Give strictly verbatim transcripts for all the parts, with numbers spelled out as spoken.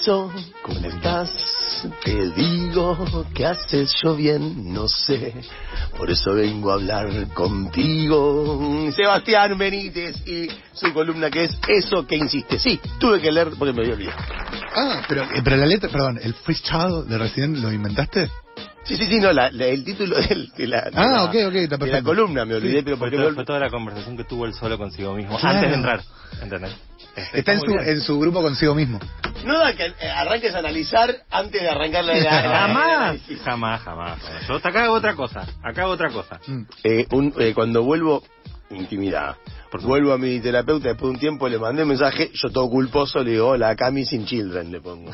beso, ¿cómo estás? Te digo que haces yo bien, no sé, por eso vengo a hablar contigo. Sebastián Benítez y su columna que es Eso que insiste. Sí, tuve que leer porque me había olvidado. Ah, pero, eh, pero la letra, perdón, ¿el freestyle de Resident lo inventaste? Sí, sí, sí, no, la, la, el título de, de la, de ah, la, ok, ok, está perfecto. de la columna me olvidé, sí, pero fue, porque todo, me... fue toda la conversación que tuvo él solo consigo mismo claro. antes de entrar, ¿entendés? Este, está en su, en su grupo consigo mismo. No da que eh, arranques a analizar antes de arrancar la... la, la jamás, jamás, jamás. Yo acá hago otra cosa, acá hago otra cosa. Mm. Eh, un, eh, cuando vuelvo, intimidad, vuelvo a mi terapeuta después de un tiempo, le mandé un mensaje, yo todo culposo, le digo, hola, acá Missing Children, le pongo.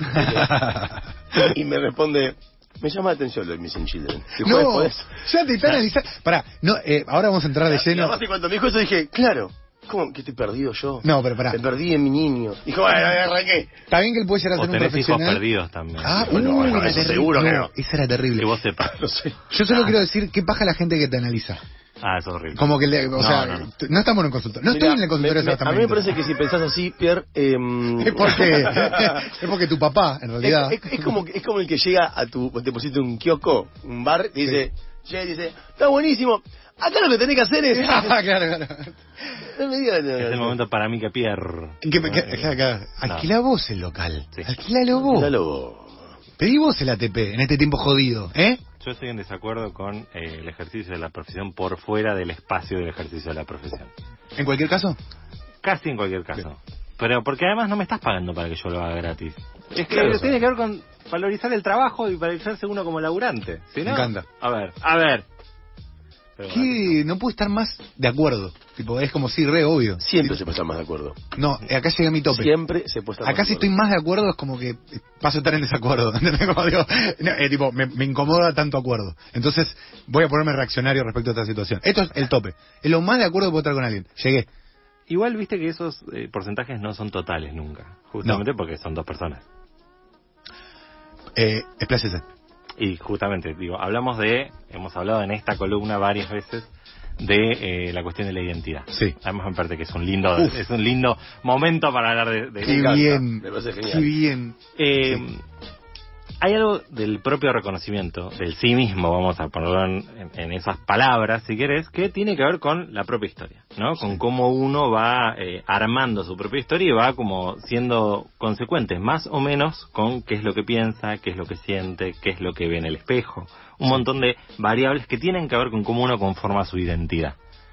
Y me responde... Me llama la atención lo de Missing Children. No, ya te está analizando. Pará, no, eh, ahora vamos a entrar de lleno. Además, cuando me dijo eso dije, claro, ¿cómo que estoy perdido yo? No, pero pará. Me perdí en mi niño. Dijo, bueno, arranqué. Está bien que él puede llegar a ser un profesional. Hijos perdidos también. Ah, sí, bueno, uy, bueno, era eso terrible. seguro que no, no. Esa era terrible. Que vos sepas. No sé. Yo solo ah. quiero decir, ¿qué paja la gente que te analiza? Ah, es horrible. Como que, le, o no, sea, no, no. no estamos en un consultorio. No Mirá, estoy en el consultorio me, de me, A mí me parece que si pensás así, Pierre... Eh, es porque es porque tu papá, en realidad... Es, es, es, como, es como el que llega a tu... Te pusiste un kiosco, un bar, te dice... Sí. Llega y dice, está buenísimo. Acá lo que tenés que hacer es... claro, claro. No me digas... No, es el no. momento para mí que Pierre... Que, que, que, que, alquilá vos el local. Sí. Alquilalo vos. Alquilalo vos. Pedí vos el A T P en este tiempo jodido, ¿eh? Yo estoy en desacuerdo con eh, el ejercicio de la profesión por fuera del espacio del ejercicio de la profesión. ¿En cualquier caso? Casi en cualquier caso. Bien. Pero porque además no me estás pagando para que yo lo haga gratis. Es que claro, tiene que ver con valorizar el trabajo y valorizarse uno como laburante. ¿Sí, no? Me encanta. A ver, a ver. Pero que no puedo estar más de acuerdo. Tipo, es como si re obvio. Siempre sí. se puede estar más de acuerdo. No, acá llega mi tope. Siempre se puede estar Acá más si de estoy más de acuerdo es como que paso a estar en desacuerdo. Como digo, no, eh, tipo, me, me incomoda tanto acuerdo. Entonces voy a ponerme reaccionario respecto a esta situación. Esto es el tope. Es lo más de acuerdo que puedo estar con alguien. Llegué. Igual viste que esos eh, porcentajes no son totales nunca. Justamente no. Porque son dos personas. Eh, explácese. Y justamente, digo, hablamos de, hemos hablado en esta columna varias veces de eh, la cuestión de la identidad. Sí. Además me parece que es un lindo, Uf. es un lindo momento para hablar de, de qué de bien, me parece genial. Qué bien. Eh, sí. Hay algo del propio reconocimiento, del sí mismo, vamos a ponerlo en, en esas palabras, si querés, que tiene que ver con la propia historia, ¿no? Con cómo uno va eh, armando su propia historia y va como siendo consecuente, más o menos, con qué es lo que piensa, qué es lo que siente, qué es lo que ve en el espejo. Un sí. montón de variables que tienen que ver con cómo uno conforma su identidad.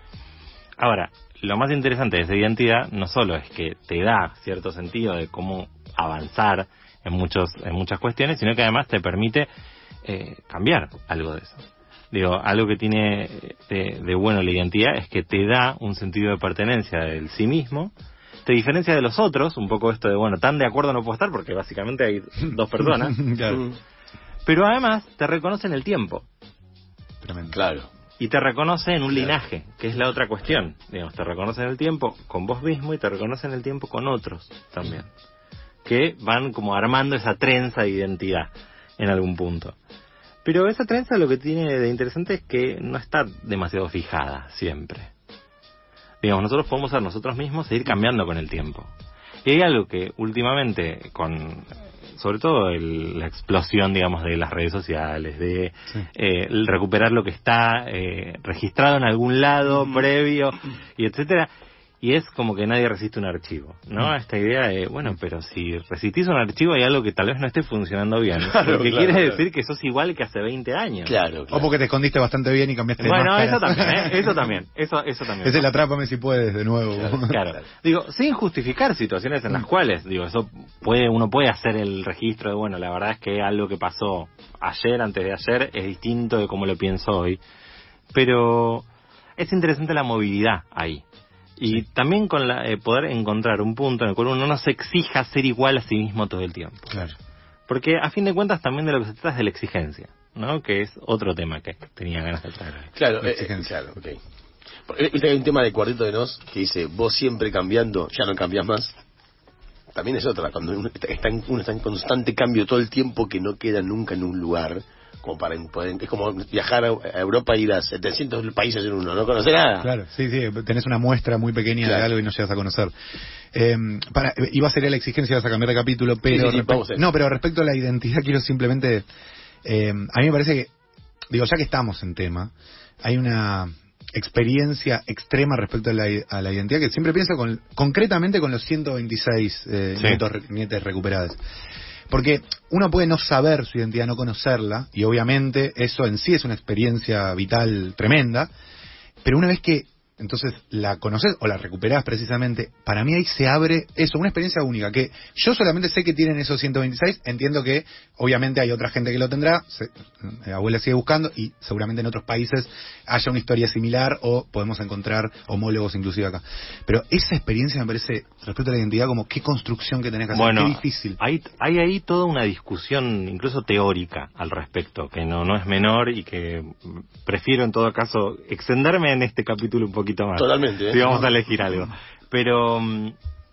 Ahora, lo más interesante de esa identidad no solo es que te da cierto sentido de cómo avanzar en muchos en muchas cuestiones, sino que además te permite eh, cambiar algo de eso. Digo, algo que tiene de, de bueno la identidad es que te da un sentido de pertenencia del sí mismo, te diferencia de los otros, un poco esto de, bueno, tan de acuerdo no puedo estar porque básicamente hay dos personas, claro. Pero además te reconoce en el tiempo. Tremendo. Claro. Y te reconoce en un claro. linaje, que es la otra cuestión. Digamos, te reconoce en el tiempo con vos mismo y te reconoce en el tiempo con otros también, que van como armando esa trenza de identidad en algún punto. Pero esa trenza lo que tiene de interesante es que no está demasiado fijada siempre. Digamos, nosotros podemos ser nosotros mismos e ir cambiando con el tiempo. Y hay algo que últimamente, con sobre todo el, la explosión, digamos, de las redes sociales, de sí. eh, el recuperar lo que está eh, registrado en algún lado, mm. previo, y etcétera, y es como que nadie resiste un archivo, ¿no? Mm. Esta idea de, bueno, pero si resistís un archivo hay algo que tal vez no esté funcionando bien. Claro, porque claro, quiere claro. decir que sos igual que hace veinte años. Claro, claro. O porque te escondiste bastante bien y cambiaste de Bueno, máscara. eso también, ¿eh? Eso también, eso, eso también. Esa es la Atrápame si puedes, de nuevo. Claro, claro. Digo, sin justificar situaciones en las cuales, digo, eso puede, uno puede hacer el registro de, bueno, la verdad es que algo que pasó ayer, antes de ayer, es distinto de cómo lo pienso hoy. Pero es interesante la movilidad ahí. Y sí. también con la, eh, poder encontrar un punto en el cual uno no se exija ser igual a sí mismo todo el tiempo. Claro. Porque a fin de cuentas también de lo que se trata es de la exigencia, ¿no? Que es otro tema que tenía ganas de traer. Claro, eh, claro, okay. Hay un tema de Cuarteto de Nos que dice, vos siempre cambiando, ya no cambiás más. también es otra, cuando uno está, está en, uno está en constante cambio todo el tiempo, que no queda nunca en un lugar, como para poder, es como viajar a, a Europa e ir a setecientos países en uno, no conocer nada. Claro, sí, sí, tenés una muestra muy pequeña claro. de algo y no llegas a conocer. Eh, para, iba a ser la exigencia, vas a cambiar de capítulo, pero sí, sí, sí, no, pero respecto a la identidad quiero simplemente, eh, a mí me parece que, digo, ya que estamos en tema, hay una experiencia extrema respecto a la, a la identidad que siempre pienso con, concretamente con los ciento veintiséis eh, sí. nietos, nietes recuperadas. Porque uno puede no saber su identidad, no conocerla, y obviamente eso en sí es una experiencia vital tremenda, pero una vez que entonces la conoces o la recuperás precisamente, para mí ahí se abre eso, una experiencia única, que yo solamente sé que tienen esos ciento veintiséis, entiendo que obviamente hay otra gente que lo tendrá, se, la abuela sigue buscando y seguramente en otros países haya una historia similar o podemos encontrar homólogos inclusive acá. Pero esa experiencia me parece, respecto a la identidad, como qué construcción que tenés que hacer, bueno, qué difícil. Hay, hay ahí toda una discusión, incluso teórica, al respecto, que no, no es menor y que prefiero en todo caso extenderme en este capítulo un poco más. Totalmente, ¿eh? Si vamos a elegir algo. Pero um,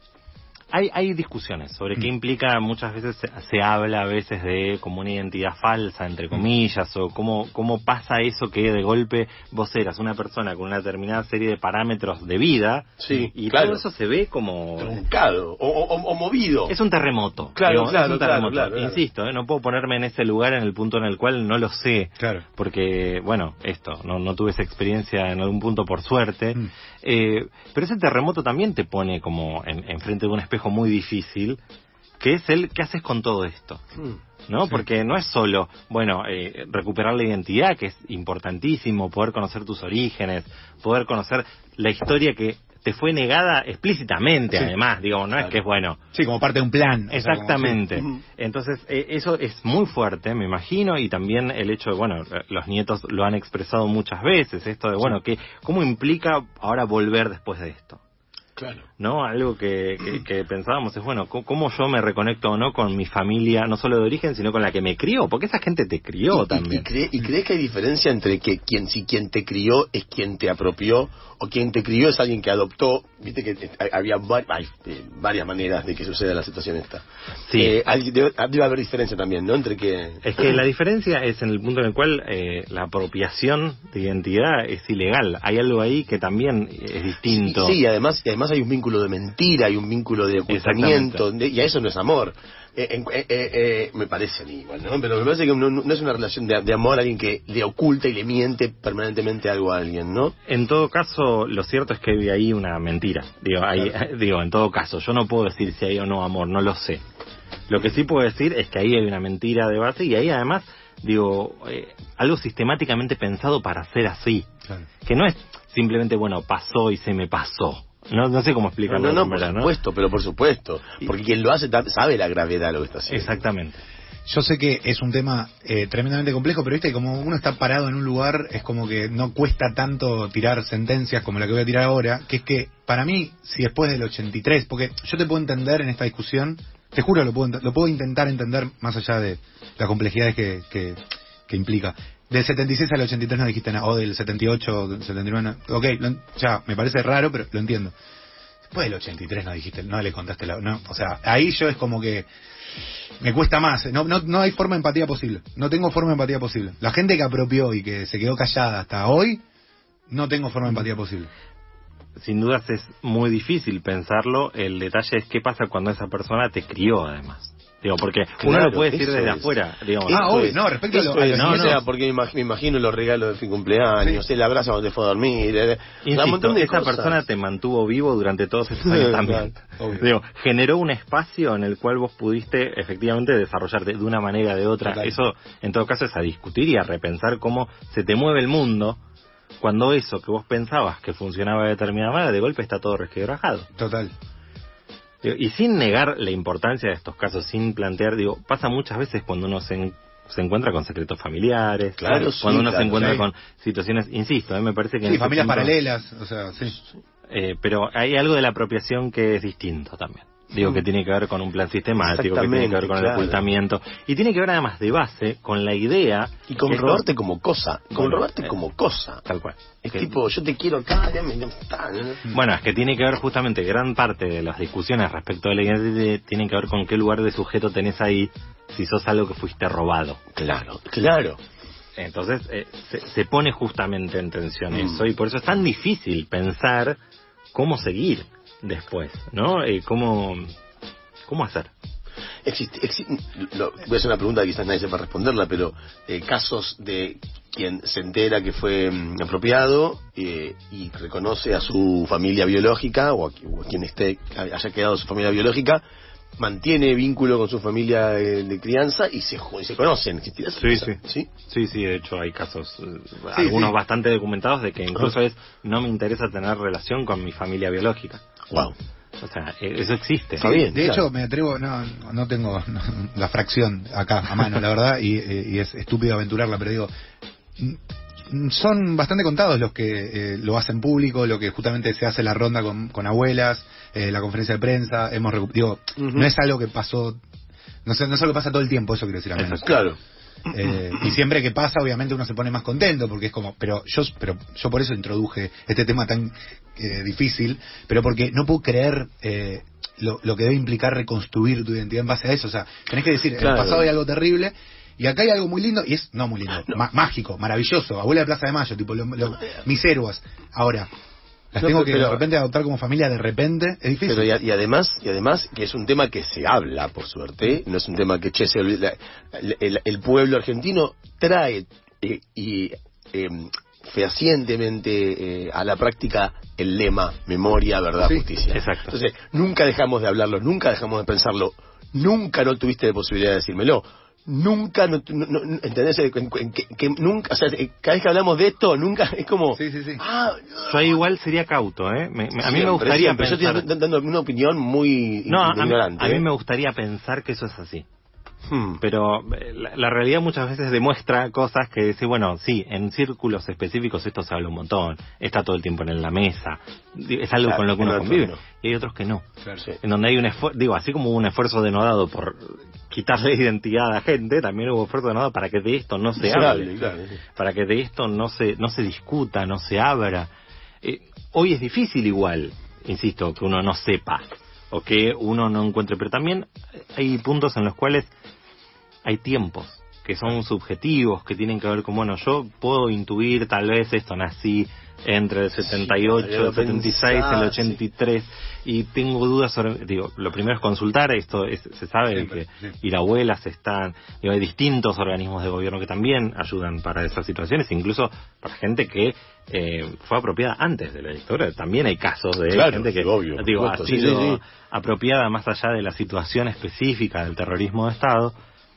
hay, hay discusiones sobre mm. qué implica, muchas veces se, se habla a veces de como una identidad falsa, entre comillas, mm. o cómo, cómo pasa eso que de golpe vos eras una persona con una determinada serie de parámetros de vida, sí, y claro. todo eso se ve como... truncado, o, o, o movido. Es un terremoto. Claro, digamos, claro, es un terremoto. claro, claro, Insisto, ¿eh? no puedo ponerme en ese lugar en el punto en el cual no lo sé. Claro. Porque, bueno, esto, no, no tuve esa experiencia en algún punto por suerte. Mm. Eh, pero ese terremoto también te pone como en, en frente de un espejo muy difícil, que es el ¿qué haces con todo esto? ¿No? Sí. Porque no es solo, bueno, eh, recuperar la identidad, que es importantísimo, poder conocer tus orígenes, poder conocer la historia que te fue negada explícitamente, sí. además, digo, no claro. es que es bueno. Sí, como parte de un plan. Exactamente. O sea, como, sí. Entonces, eh, eso es muy fuerte, me imagino, y también el hecho de, bueno, los nietos lo han expresado muchas veces, esto de, bueno, sí. que ¿cómo implica ahora volver después de esto? Claro. ¿No? Algo que, que, que pensábamos es, bueno, ¿cómo yo me reconecto o no con mi familia, no solo de origen, sino con la que me crió? Porque esa gente te crió y, también. Y, cree, ¿Y crees que hay diferencia entre que quien si quien te crió es quien te apropió o quien te crió es alguien que adoptó? Viste que había hay, eh, varias maneras de que suceda la situación esta. Sí. Eh, hay, debe, debe haber diferencia también, ¿no? Entre que... Es que la diferencia es en el punto en el cual eh, la apropiación de identidad es ilegal. Hay algo ahí que también es distinto. Sí, sí, además, y además hay un vínculo de mentira, hay un vínculo de ocultamiento, de, y a eso no es amor. Eh, eh, eh, eh, me parece a mí igual, ¿no? Pero me parece que no, no es una relación de, de amor a alguien que le oculta y le miente permanentemente algo a alguien, ¿no? En todo caso, lo cierto es que hay ahí una mentira. Digo, hay, claro. digo, en todo caso, yo no puedo decir si hay o no amor, no lo sé. Lo que sí puedo decir es que ahí hay una mentira de base y ahí además, digo, eh, algo sistemáticamente pensado para ser así. Claro. Que no es simplemente, bueno, pasó y se me pasó. No, no sé cómo explicarlo. No, no, no, por verdad, supuesto, ¿no? Pero por supuesto. Porque quien lo hace sabe la gravedad de lo que está haciendo. Exactamente. Yo sé que es un tema eh, tremendamente complejo, pero viste, como uno está parado en un lugar, es como que no cuesta tanto tirar sentencias como la que voy a tirar ahora, que es que, para mí, si después del ochenta y tres, porque yo te puedo entender en esta discusión, te juro, lo puedo, lo puedo intentar entender más allá de las complejidades que, que, que implica. Del setenta y seis al ochenta y tres no dijiste nada, o del setenta y ocho, del setenta y nueve, no, ok, lo, ya, me parece raro, pero lo entiendo. Después del ochenta y tres no dijiste, no le contaste la... No, o sea, ahí yo es como que me cuesta más, no, no, no hay forma de empatía posible, no tengo forma de empatía posible. La gente que apropió y que se quedó callada hasta hoy, no tengo forma de empatía posible. Sin dudas es muy difícil pensarlo, el detalle es qué pasa cuando esa persona te crió además. Digo, porque claro, uno lo puede decir desde es. afuera, digamos. Ah, obvio, no, respecto a lo, a es, lo no, no, no, porque me imagino los regalos de fin cumpleaños, sí. El abrazo cuando te fue a dormir, eh, Insisto, un montón de esa cosas. persona te mantuvo vivo durante todos esos años también. Claro, digo, generó un espacio en el cual vos pudiste efectivamente desarrollarte de una manera o de otra. Claro. Eso, en todo caso, es a discutir y a repensar cómo se te mueve el mundo cuando eso que vos pensabas que funcionaba de determinada manera, de golpe está todo resquebrajado. Total. Y sin negar la importancia de estos casos, sin plantear, digo, pasa muchas veces cuando uno se, en, se encuentra con secretos familiares, claro, cuando sí, uno claro, se encuentra sí. con situaciones, insisto, eh, me parece que... Sí, en familias punto, paralelas, o sea, sí. Eh, pero hay algo de la apropiación que es distinto también. Digo que tiene que ver con un plan sistemático, que tiene que ver con claro. el ocultamiento, y tiene que ver además de base con la idea... Y con esto, robarte como cosa, con bueno, robarte eh, como cosa. Tal cual. Es que, tipo, yo te quiero acá, ya me... Tal. Bueno, es que tiene que ver justamente, gran parte de las discusiones respecto de la identidad tienen que ver con qué lugar de sujeto tenés ahí, si sos algo que fuiste robado. Claro, claro. Entonces eh, se, se pone justamente en tensión Mm. eso, y por eso es tan difícil pensar cómo seguir después, ¿no? Eh, cómo, cómo hacer. Existe, existe lo, voy a hacer una pregunta que quizás nadie sepa responderla, pero eh, casos de quien se entera que fue mm, apropiado eh, y reconoce a su familia biológica o a, o a quien esté haya quedado su familia biológica, mantiene vínculo con su familia eh, de crianza y se, y se conocen. Sí, sí. sí. Sí, sí, de hecho hay casos, eh, Sí, algunos sí. bastante documentados, de que incluso Ah. es, no me interesa tener relación con mi familia biológica. Wow. O sea, eh, eso existe. Está bien, de claro. hecho, me atrevo, no, no tengo no, la fracción acá a mano, la verdad, y, y es estúpido aventurarla, pero digo, mm, son bastante contados los que eh, lo hacen público, lo que justamente se hace la ronda con, con abuelas, eh, la conferencia de prensa, hemos recu- digo, Uh-huh. no es algo que pasó, no sé, no es algo que pasa todo el tiempo, eso quiero decir al menos. Claro. Eh, y siempre que pasa, obviamente uno se pone más contento, porque es como, pero yo, pero yo por eso introduje este tema tan eh, difícil, pero porque no puedo creer eh, lo, lo que debe implicar reconstruir tu identidad en base a eso. O sea, tenés que decir, Claro. en el pasado hay algo terrible, y acá hay algo muy lindo, y es, no muy lindo, No. ma- mágico, maravilloso, abuela de Plaza de Mayo, tipo, lo- lo- mis héroes. Ahora, las No, tengo que pero- de repente adoptar como familia, de repente, es difícil. Pero y, a- y además, y además que es un tema que se habla, por suerte, no es un tema que che, se olvida. El, el- el pueblo argentino trae eh, y eh, fehacientemente eh, a la práctica el lema memoria, verdad, Sí, justicia. exacto. Entonces, nunca dejamos de hablarlo, nunca dejamos de pensarlo, nunca no tuviste la posibilidad de decírmelo. Nunca, no, no, no- ¿entendés? En- en- que, que nunca, o sea, cada vez que hablamos de esto, nunca, es como... Sí, sí, sí. Ah, Yo ahí igual sería cauto, ¿eh? Me- me- a mí me siempre, gustaría siempre. Yo pensar... estoy dando una opinión muy No, a mí, ignorante. a mí ¿eh? me gustaría pensar que eso es así. Hmm. Pero eh, la, la realidad muchas veces demuestra cosas que dice, bueno, sí, en círculos específicos esto se habla un montón, está todo el tiempo en la mesa, di- es algo Claro, con lo que en uno otros convive. no. Y hay otros que no. Claro. Sí. En donde hay un esfuerzo, digo, así como hubo un esfuerzo denodado por quitarle identidad a la gente, también hubo esfuerzo denodado para que de esto no se Se hable, hable, claro, sí. para que de esto no se no se discuta, no se abra. Eh, hoy es difícil igual, insisto, que uno no sepa o que uno no encuentre, pero también hay puntos en los cuales hay tiempos que son subjetivos, que tienen que ver con, bueno, yo puedo intuir tal vez esto, nací entre el setenta y ocho, Sí, el setenta y seis, el pensar, ochenta y tres, y tengo dudas sobre, digo, lo primero es consultar, esto es, se sabe Siempre, que, sí. y las abuelas están, digo, hay distintos organismos de gobierno que también ayudan para esas situaciones, incluso para gente que eh, fue apropiada antes de la dictadura, también hay casos de Claro, gente que, sí, obvio, por digo, ha supuesto, sí, sido sí, sí. apropiada más allá de la situación específica del terrorismo de Estado,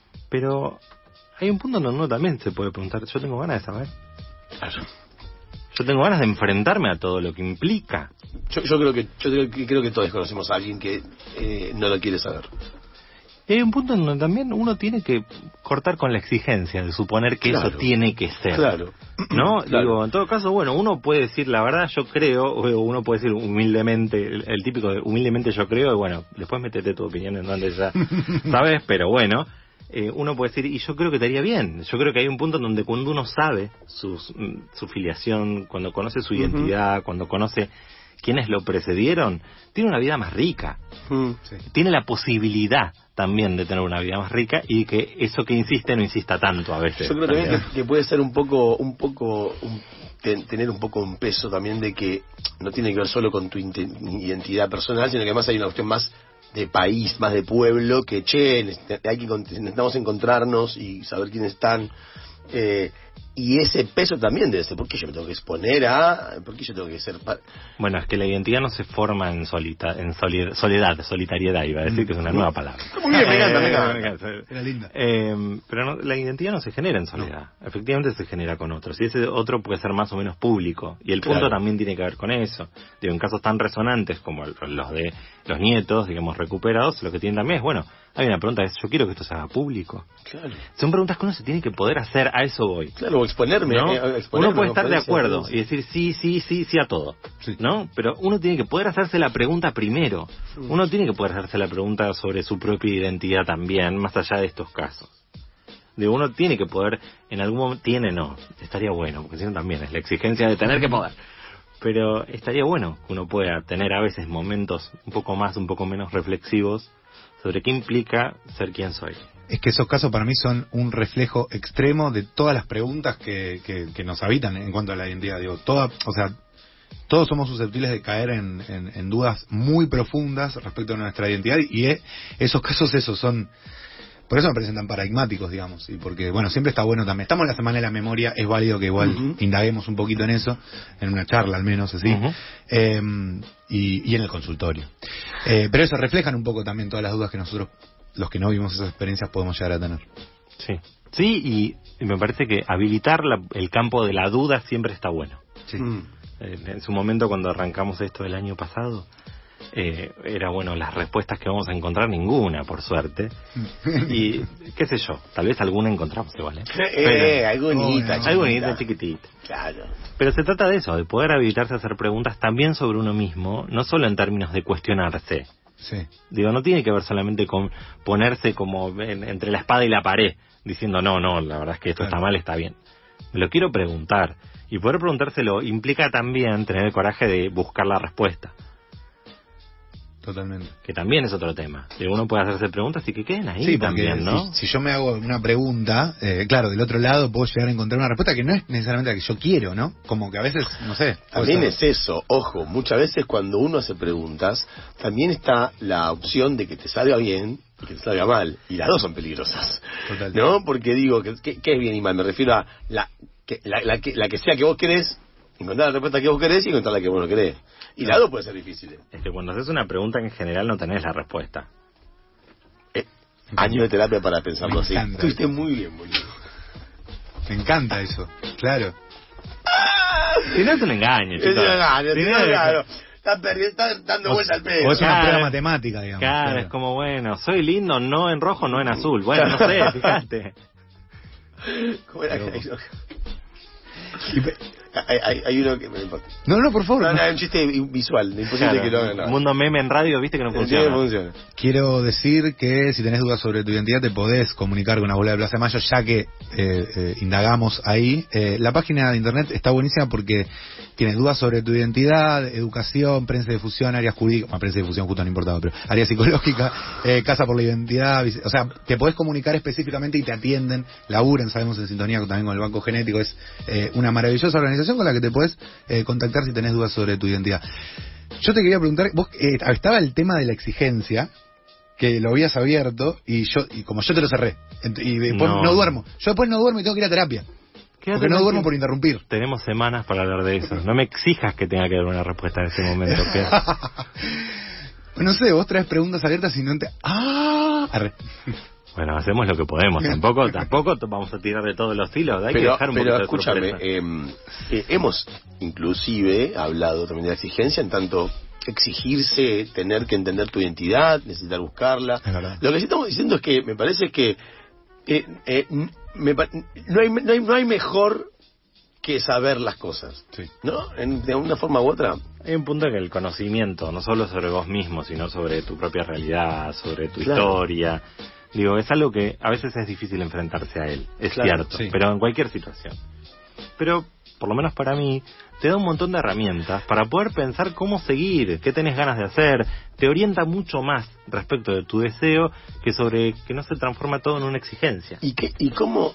pero hay un punto donde uno también se puede preguntar, yo tengo ganas de saber, Claro. yo tengo ganas de enfrentarme a todo lo que implica. Yo, yo creo que yo creo que, creo que todos conocemos a alguien que eh, no lo quiere saber. Y hay un punto en donde también uno tiene que cortar con la exigencia de suponer que Claro. eso tiene que ser. Claro. ¿No? Claro. Digo, en todo caso, bueno, uno puede decir la verdad, yo creo, o uno puede decir humildemente, el, el típico de humildemente yo creo, y bueno, después métete tu opinión en donde ya sabes, pero bueno, eh, uno puede decir, y yo creo que te haría bien. Yo creo que hay un punto en donde cuando uno sabe sus, mm, su filiación, cuando conoce su Ujú. identidad, cuando conoce quiénes lo precedieron, tiene una vida más rica. Hmm. Sí. Tiene la posibilidad también de tener una vida más rica y que eso que insiste no insista tanto a veces. Yo creo también que, que puede ser un poco, un poco, un- ten- tener un poco un peso también de que no tiene que ver solo con tu inte- identidad personal, sino que además hay una cuestión más de país, más de pueblo, que che, necesita- hay que, encont- necesitamos encontrarnos y saber quiénes están. Eh, y ese peso también debe ser, ¿por qué yo me tengo que exponer a? ¿Por qué yo tengo que ser? pa- Bueno, es que la identidad no se forma en solita, en soli- soledad, solitariedad, iba a decir que es una nueva palabra. Muy bien, me encanta, me Eh, encanta. me encanta. Era linda. Eh, pero no, la identidad no se genera en soledad, efectivamente se genera con otros, y ese otro puede ser más o menos público, y el punto Claro. también tiene que ver con eso. Digo, en casos tan resonantes como el- los de los nietos, digamos, recuperados, lo que tienen también es, bueno, hay una pregunta, es, yo quiero que esto se haga público. Claro. Son preguntas que uno se tiene que poder hacer, a eso voy. Claro, exponerme. ¿no? Eh, exponerme uno puede estar de acuerdo sí. y decir sí, sí, sí, sí a todo, Sí. ¿no? Pero uno tiene que poder hacerse la pregunta primero. Uno tiene que poder hacerse la pregunta sobre su propia identidad también, más allá de estos casos. De uno tiene que poder, en algún momento, tiene no, estaría bueno, porque si no también es la exigencia de tener que poder. Pero estaría bueno que uno pueda tener a veces momentos un poco más, un poco menos reflexivos sobre qué implica ser quien soy. Es que esos casos para mí son un reflejo extremo de todas las preguntas que, que, que nos habitan en cuanto a la identidad. Digo, toda, o sea, todos somos susceptibles de caer en, en, en dudas muy profundas respecto a nuestra identidad y eh, esos casos esos son, por eso me parecen tan paradigmáticos, digamos, y porque, bueno, siempre está bueno también. Estamos en la semana de la memoria, es válido que igual uh-huh. indaguemos un poquito en eso, en una charla al menos, así, uh-huh. eh, y, y en el consultorio. Eh, pero eso reflejan un poco también todas las dudas que nosotros, los que no vivimos esas experiencias, podemos llegar a tener. Sí, sí, y, y me parece que habilitar la, el campo de la duda siempre está bueno. Sí. Mm. En, en su momento, cuando arrancamos esto el año pasado, eh, era bueno, las respuestas que vamos a encontrar, ninguna, por suerte. Y, qué sé yo, tal vez alguna encontramos igual, ¿eh? Eh, algunita, oh, algunita chiquitita. Claro. Pero se trata de eso, de poder habilitarse a hacer preguntas también sobre uno mismo, no solo en términos de cuestionarse. Sí. Digo, no tiene que ver solamente con ponerse como en, entre la espada y la pared, diciendo, no, no, la verdad es que esto claro. está mal, está bien. Me lo quiero preguntar. Y poder preguntárselo implica también tener el coraje de buscar la respuesta. Totalmente. Que también es otro tema. Que uno puede hacerse preguntas y que queden ahí sí, también, ¿no? Si, si yo me hago una pregunta, eh, claro, del otro lado puedo llegar a encontrar una respuesta que no es necesariamente la que yo quiero, ¿no? Como que a veces, no sé. También es eso, ojo, muchas veces cuando uno hace preguntas, también está la opción de que te salga bien y que te salga mal. Y las dos son peligrosas. Totalmente. ¿No? Porque digo, ¿qué, qué es bien y mal? Me refiero a la que, la, la, que, la que sea que vos querés, encontrar la respuesta que vos querés y encontrar la que vos no querés. Y las dos puede ser difíciles. Es que cuando haces una pregunta en general no tenés la respuesta. Eh, años de terapia para pensarlo así. Estuviste muy bien, boludo. Me encanta eso, claro. Si no es un engaño, chicos. Es un engaño, si no, claro. Estás está dando vuelta al pedo. O es una claro. prueba matemática, digamos. Claro, claro, es como, bueno, soy lindo, no en rojo, no en azul. Bueno, no sé, fíjate. ¿Cómo era que hay, hay, hay uno que me importa. No, no, por favor. No, no. no, es un chiste visual, imposible claro, que lo hagan. No. Mundo meme en radio, viste que no funciona. Sí, funciona. Quiero decir que si tenés dudas sobre tu identidad te podés comunicar con Abuela de Plaza de Mayo, ya que eh, eh, indagamos ahí. Eh, la página de internet está buenísima porque tienes dudas sobre tu identidad, educación, prensa de difusión, áreas jurídicas, bueno, prensa de difusión justo no importaba, pero área psicológica, eh, casa por la identidad, o sea, te podés comunicar específicamente y te atienden, laburan, sabemos en sintonía también con el Banco Genético, es eh, una maravillosa organización con la que te podés eh, contactar si tenés dudas sobre tu identidad. Yo te quería preguntar, vos eh, estaba el tema de la exigencia, que lo habías abierto, y yo y como yo te lo cerré, y después no. no duermo, yo después no duermo y tengo que ir a terapia. Porque no duermo por interrumpir. Tenemos semanas para hablar de eso. No me exijas que tenga que dar una respuesta en ese momento. ¿Qué? No sé, vos traes preguntas abiertas y no te... ¡Ah! Arre. Bueno, hacemos lo que podemos. Tampoco tampoco vamos a tirar de todos los hilos. Hay pero, que dejar un pero poquito escúchame, de sorpresa. Eh, eh, hemos inclusive hablado también de la exigencia, en tanto exigirse, tener que entender tu identidad, necesitar buscarla. Lo que sí estamos diciendo es que me parece que eh, eh, me, no, hay, no, hay, no hay mejor que saber las cosas, sí. ¿No? En, de una forma u otra. Hay un punto que el conocimiento, no solo sobre vos mismo, sino sobre tu propia realidad, sobre tu claro. historia... Digo, es algo que a veces es difícil enfrentarse a él, es claro, cierto, sí. Pero en cualquier situación. Pero, por lo menos para mí, te da un montón de herramientas para poder pensar cómo seguir, qué tenés ganas de hacer, te orienta mucho más respecto de tu deseo que sobre que no se transforma todo en una exigencia. ¿Y, qué, y cómo,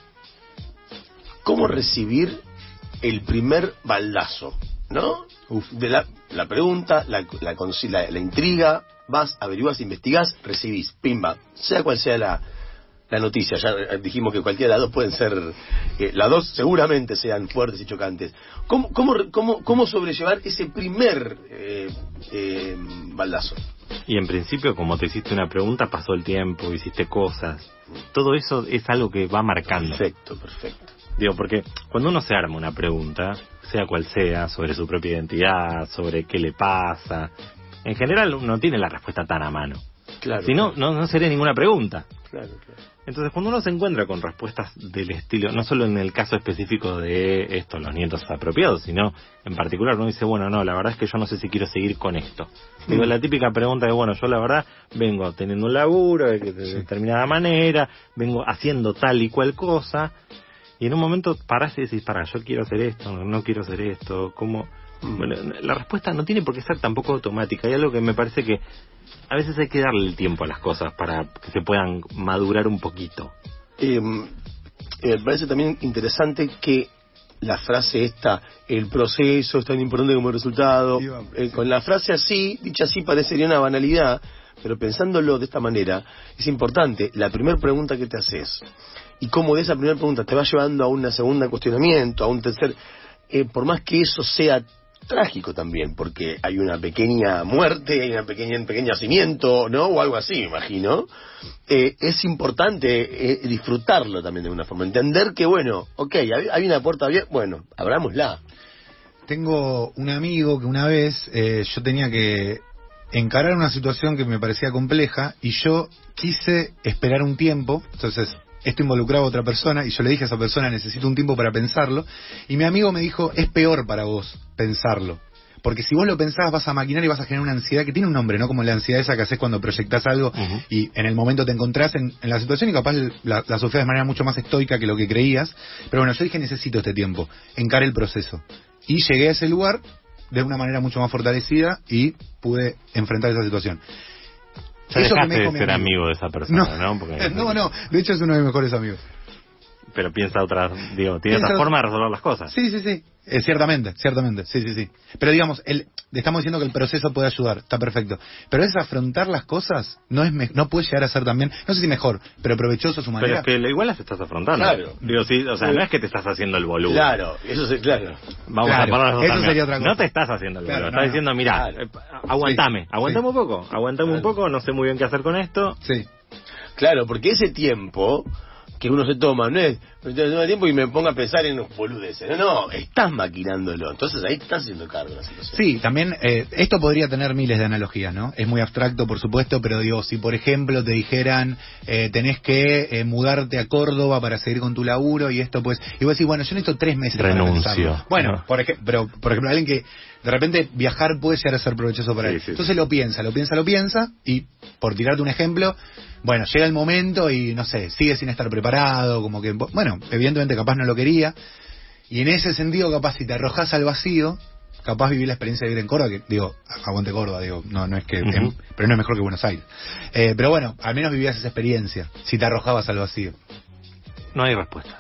cómo recibir el primer baldazo, ¿no? Uf. De la, la pregunta, la, la, la, la intriga... Vas, averiguas, investigás, recibís, pimba, sea cual sea la, la noticia. Ya dijimos que cualquiera de las dos pueden ser, eh, las dos seguramente sean fuertes y chocantes. ¿Cómo, cómo, cómo, cómo sobrellevar ese primer eh, eh, baldazo? Y en principio, como te hiciste una pregunta, pasó el tiempo, hiciste cosas. Todo eso es algo que va marcando. Perfecto, perfecto. Digo, porque cuando uno se arma una pregunta, sea cual sea, sobre su propia identidad, sobre qué le pasa... En general uno tiene la respuesta tan a mano. Claro. Si no, no, no sería ninguna pregunta. Claro, claro. Entonces, cuando uno se encuentra con respuestas del estilo, no solo en el caso específico de esto, los nietos apropiados, sino en particular uno dice, bueno, no, la verdad es que yo no sé si quiero seguir con esto. Mm. Digo, la típica pregunta de, bueno, yo la verdad vengo teniendo un laburo de, de, de sí. determinada manera, vengo haciendo tal y cual cosa, y en un momento parás y decís, para, yo quiero hacer esto, no, no quiero hacer esto, ¿cómo? Bueno, la respuesta no tiene por qué ser tampoco automática. Hay algo que me parece que a veces hay que darle el tiempo a las cosas para que se puedan madurar un poquito. Eh, me parece también interesante que la frase esta, el proceso es tan importante como el resultado, eh, con la frase así, dicha así, parecería una banalidad, pero pensándolo de esta manera, es importante. La primera pregunta que te haces, y cómo de esa primera pregunta te va llevando a una segunda cuestionamiento, a un tercer, eh, por más que eso sea trágico también, porque hay una pequeña muerte, hay una pequeña, un pequeño nacimiento, ¿no? O algo así, me imagino. Eh, es importante eh, disfrutarlo también de una forma, entender que, bueno, ok, hay, hay una puerta abierta, bueno, abrámosla. Tengo un amigo que una vez eh, yo tenía que encarar una situación que me parecía compleja y yo quise esperar un tiempo, entonces esto involucraba a otra persona y yo le dije a esa persona, necesito un tiempo para pensarlo, y mi amigo me dijo, es peor para vos pensarlo, porque si vos lo pensás vas a maquinar y vas a generar una ansiedad que tiene un nombre, ¿no? Como la ansiedad esa que haces cuando proyectás algo uh-huh. y en el momento te encontrás en, en la situación y capaz la, la sufrís de manera mucho más estoica que lo que creías, pero bueno, yo dije, necesito este tiempo, encare el proceso, y llegué a ese lugar de una manera mucho más fortalecida y pude enfrentar esa situación. Ya eso dejaste que me de ser amigo. amigo de esa persona, ¿no? ¿no? Porque... no, no, de hecho es uno de mis mejores amigos. Pero piensa otra, digo, tiene piensa... otra forma de resolver las cosas. Sí, sí, sí, eh, ciertamente, ciertamente, sí, sí, sí. Pero digamos, el, estamos diciendo que el proceso puede ayudar, está perfecto. Pero es afrontar las cosas, no es me... no puede llegar a ser también, no sé si mejor, pero provechoso a su manera. Pero es que igual las estás afrontando. Claro. Digo, sí, o sea, sí. No es que te estás haciendo el boludo. Claro, eso es claro. Vamos claro, a ponernos eso sería otra cosa. No te estás haciendo el boludo, claro, estás no, diciendo, mirá, claro. eh, aguantame, sí. aguantame sí. un poco, aguantame claro. un poco, no sé muy bien qué hacer con esto. Sí. Claro, porque ese tiempo que uno se toma, no es, me toma tiempo y me ponga a pensar en los boludeces, no, no, estás maquinándolo, entonces ahí te estás haciendo cargo de la situación. Sí, también, eh, esto podría tener miles de analogías, ¿no? Es muy abstracto, por supuesto, pero digo, si por ejemplo te dijeran, eh, tenés que eh, mudarte a Córdoba para seguir con tu laburo y esto pues, y vos decís, bueno, yo necesito tres meses Renuncio. para pensarlo. Bueno, ¿no? por ej- pero por ejemplo, alguien que de repente viajar puede llegar a ser provechoso para sí, él. Sí, Entonces sí. lo piensa, lo piensa, lo piensa, y por tirarte un ejemplo, bueno, llega el momento y no sé, sigue sin estar preparado, como que, bueno, evidentemente capaz no lo quería, y en ese sentido capaz si te arrojás al vacío, capaz vivir la experiencia de vivir en Córdoba, que digo, aguante Córdoba, digo, no no es que, uh-huh. em, pero no es mejor que Buenos Aires. Eh, pero bueno, al menos vivías esa experiencia, si te arrojabas al vacío. No hay respuesta.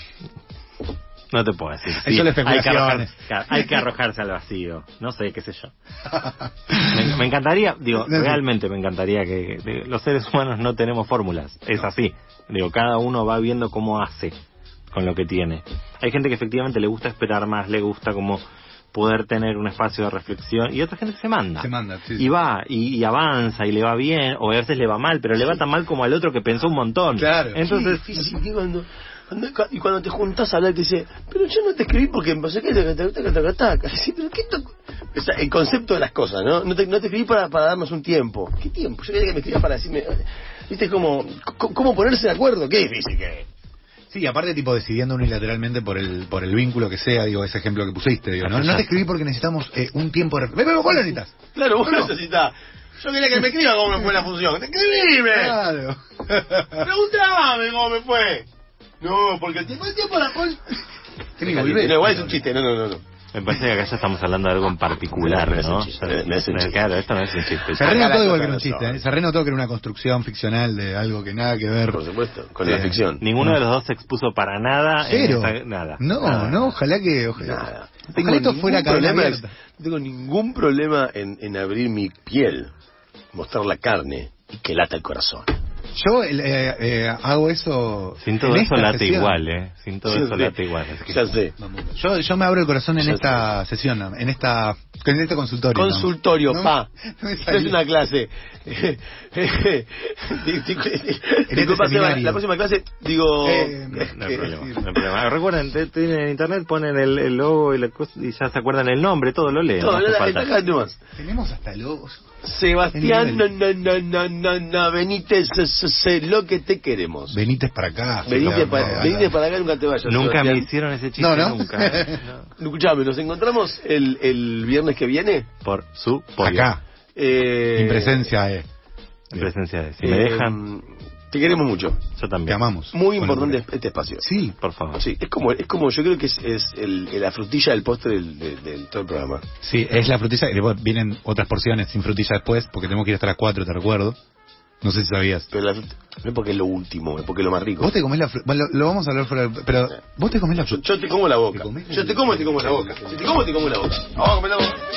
No te puedo decir. Sí, hay, que arrojar, hay que arrojarse al vacío. No sé, qué sé yo. Me, me encantaría, digo, no, realmente me encantaría que, que los seres humanos no tenemos fórmulas. Es así. Digo, cada uno va viendo cómo hace con lo que tiene. Hay gente que efectivamente le gusta esperar más, le gusta como poder tener un espacio de reflexión, y otra gente se manda. Se manda, sí, y sí. va, y, y avanza, y le va bien, o a veces le va mal, pero le va tan mal como al otro que pensó un montón. Claro. Entonces, sí, difícil, que cuando... Cuando, y cuando te juntas a hablar te dice, pero yo no te escribí porque no sé qué, taca, taca, taca, taca. Sí, pero qué to... o sea, el concepto de las cosas, ¿no? No te, no te escribí para, para darnos un tiempo. ¿Qué tiempo? Yo quería que me escribías para decirme, viste, cómo, cómo ponerse de acuerdo, qué difícil que es. Sí, aparte tipo decidiendo unilateralmente por el por el vínculo que sea, digo, ese ejemplo que pusiste, digo, no, no te escribí porque necesitamos eh, un tiempo de... Pero vos lo necesitas. Claro, vos lo necesitas. Yo quería que me escriba cómo me fue la función. ¡Escribime! Claro. Preguntame cómo me fue. No, porque el tiempo, el tiempo la pol... ¿Qué me volvés? No, igual es un chiste, no, no, no, no. Me parece que acá ya estamos hablando de algo en particular, ¿no? No, no, es, un chiste, no es un chiste. Claro, esto no es un chiste. Se renotó igual que era un chiste, ¿eh? Se renotó que era una construcción ficcional de algo que nada que ver. Por supuesto, con eh, la ficción. Ninguno no. de los dos se expuso para nada. Cero. En esa, nada. No, nada. no, ojalá que... Ojalá, nada. No tengo esto fuera problema, abierta. No tengo ningún problema en, en abrir mi piel, mostrar la carne y que lata el corazón. Yo eh, eh, hago eso. Sin todo eso late sesión. igual, ¿eh? Sin todo sí, eso sí. late igual. Es que... Ya sé. Yo, yo me abro el corazón en ya esta sé. sesión, en esta En este consultorio. Consultorio, ¿no? pa. No, No es una clase. Disculpa, Seba, la próxima clase, digo... Eh, No hay problema, no hay problema. Recuerden, te- tienen en internet, ponen el, el logo y, la cosa, y ya se acuerdan el nombre, todo lo leen. Todo, no hace la- falta. acá nomás. Tenemos hasta logos. Sebastián, no, El no, no, no, no, no, Benítez, sé lo que te queremos. Venite para acá. Venite no, para, no, venite no. para acá, nunca te vayas. Nunca Sebastián. me hicieron ese chiste, No, ¿no? nunca. ¿eh? No. Escuchame, nos encontramos el, el viernes que viene. Por su pollo. Acá. Eh, En presencia, eh. En presencia de... Si eh, me dejan, Te queremos mucho. yo también. Te amamos. Muy Con importante locura. este espacio. Sí. Por favor. Sí, es como, es como yo creo que es, es el, la frutilla del postre del, del, del todo el programa. Sí, es la frutilla. Y después vienen otras porciones sin frutilla después, porque tenemos que ir hasta las cuatro, te recuerdo. No sé si sabías. Pero la frut- no es porque es lo último, es porque es lo más rico. Vos te comés la fruta. Bueno, lo, lo vamos a hablar fuera. Pero vos te comés la Yo, fruta. yo te como la boca. ¿Te comés? Yo te como y te como la boca. Si te como, te como la boca. Vamos a comer la boca.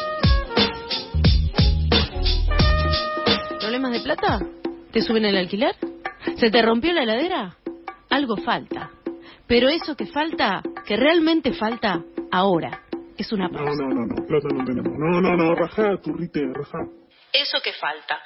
¿Problemas de plata? ¿Te suben el alquiler? ¿Se te rompió la heladera? Algo falta. Pero eso que falta, que realmente falta, ahora, es una No, pausa. no, no, no, plata no tenemos. No, no, no, rajá, turrite, rajá. Eso que falta.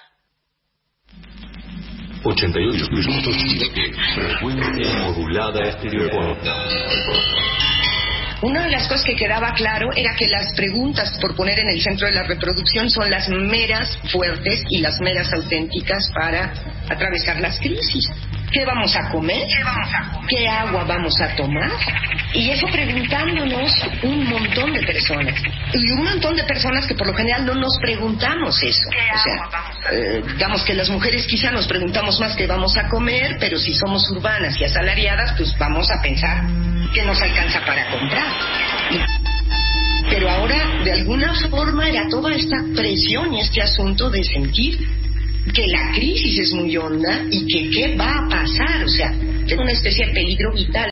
ochenta y ocho punto siete Frecuencia modulada estereofónica. Una de las cosas que quedaba claro era que las preguntas por poner en el centro de la reproducción son las meras fuertes y las meras auténticas para atravesar las crisis. ¿Qué vamos a comer? ¿Qué vamos a comer? ¿Qué agua vamos a tomar? Y eso preguntándonos un montón de personas. Y un montón de personas que por lo general no nos preguntamos eso. O sea, eh, digamos que las mujeres quizá nos preguntamos más qué vamos a comer, pero si somos urbanas y asalariadas, pues vamos a pensar que nos alcanza para comprar. Y- Pero ahora, de alguna forma, era toda esta presión y este asunto de sentir que la crisis es muy honda y que qué va a pasar, o sea, es una especie de peligro vital.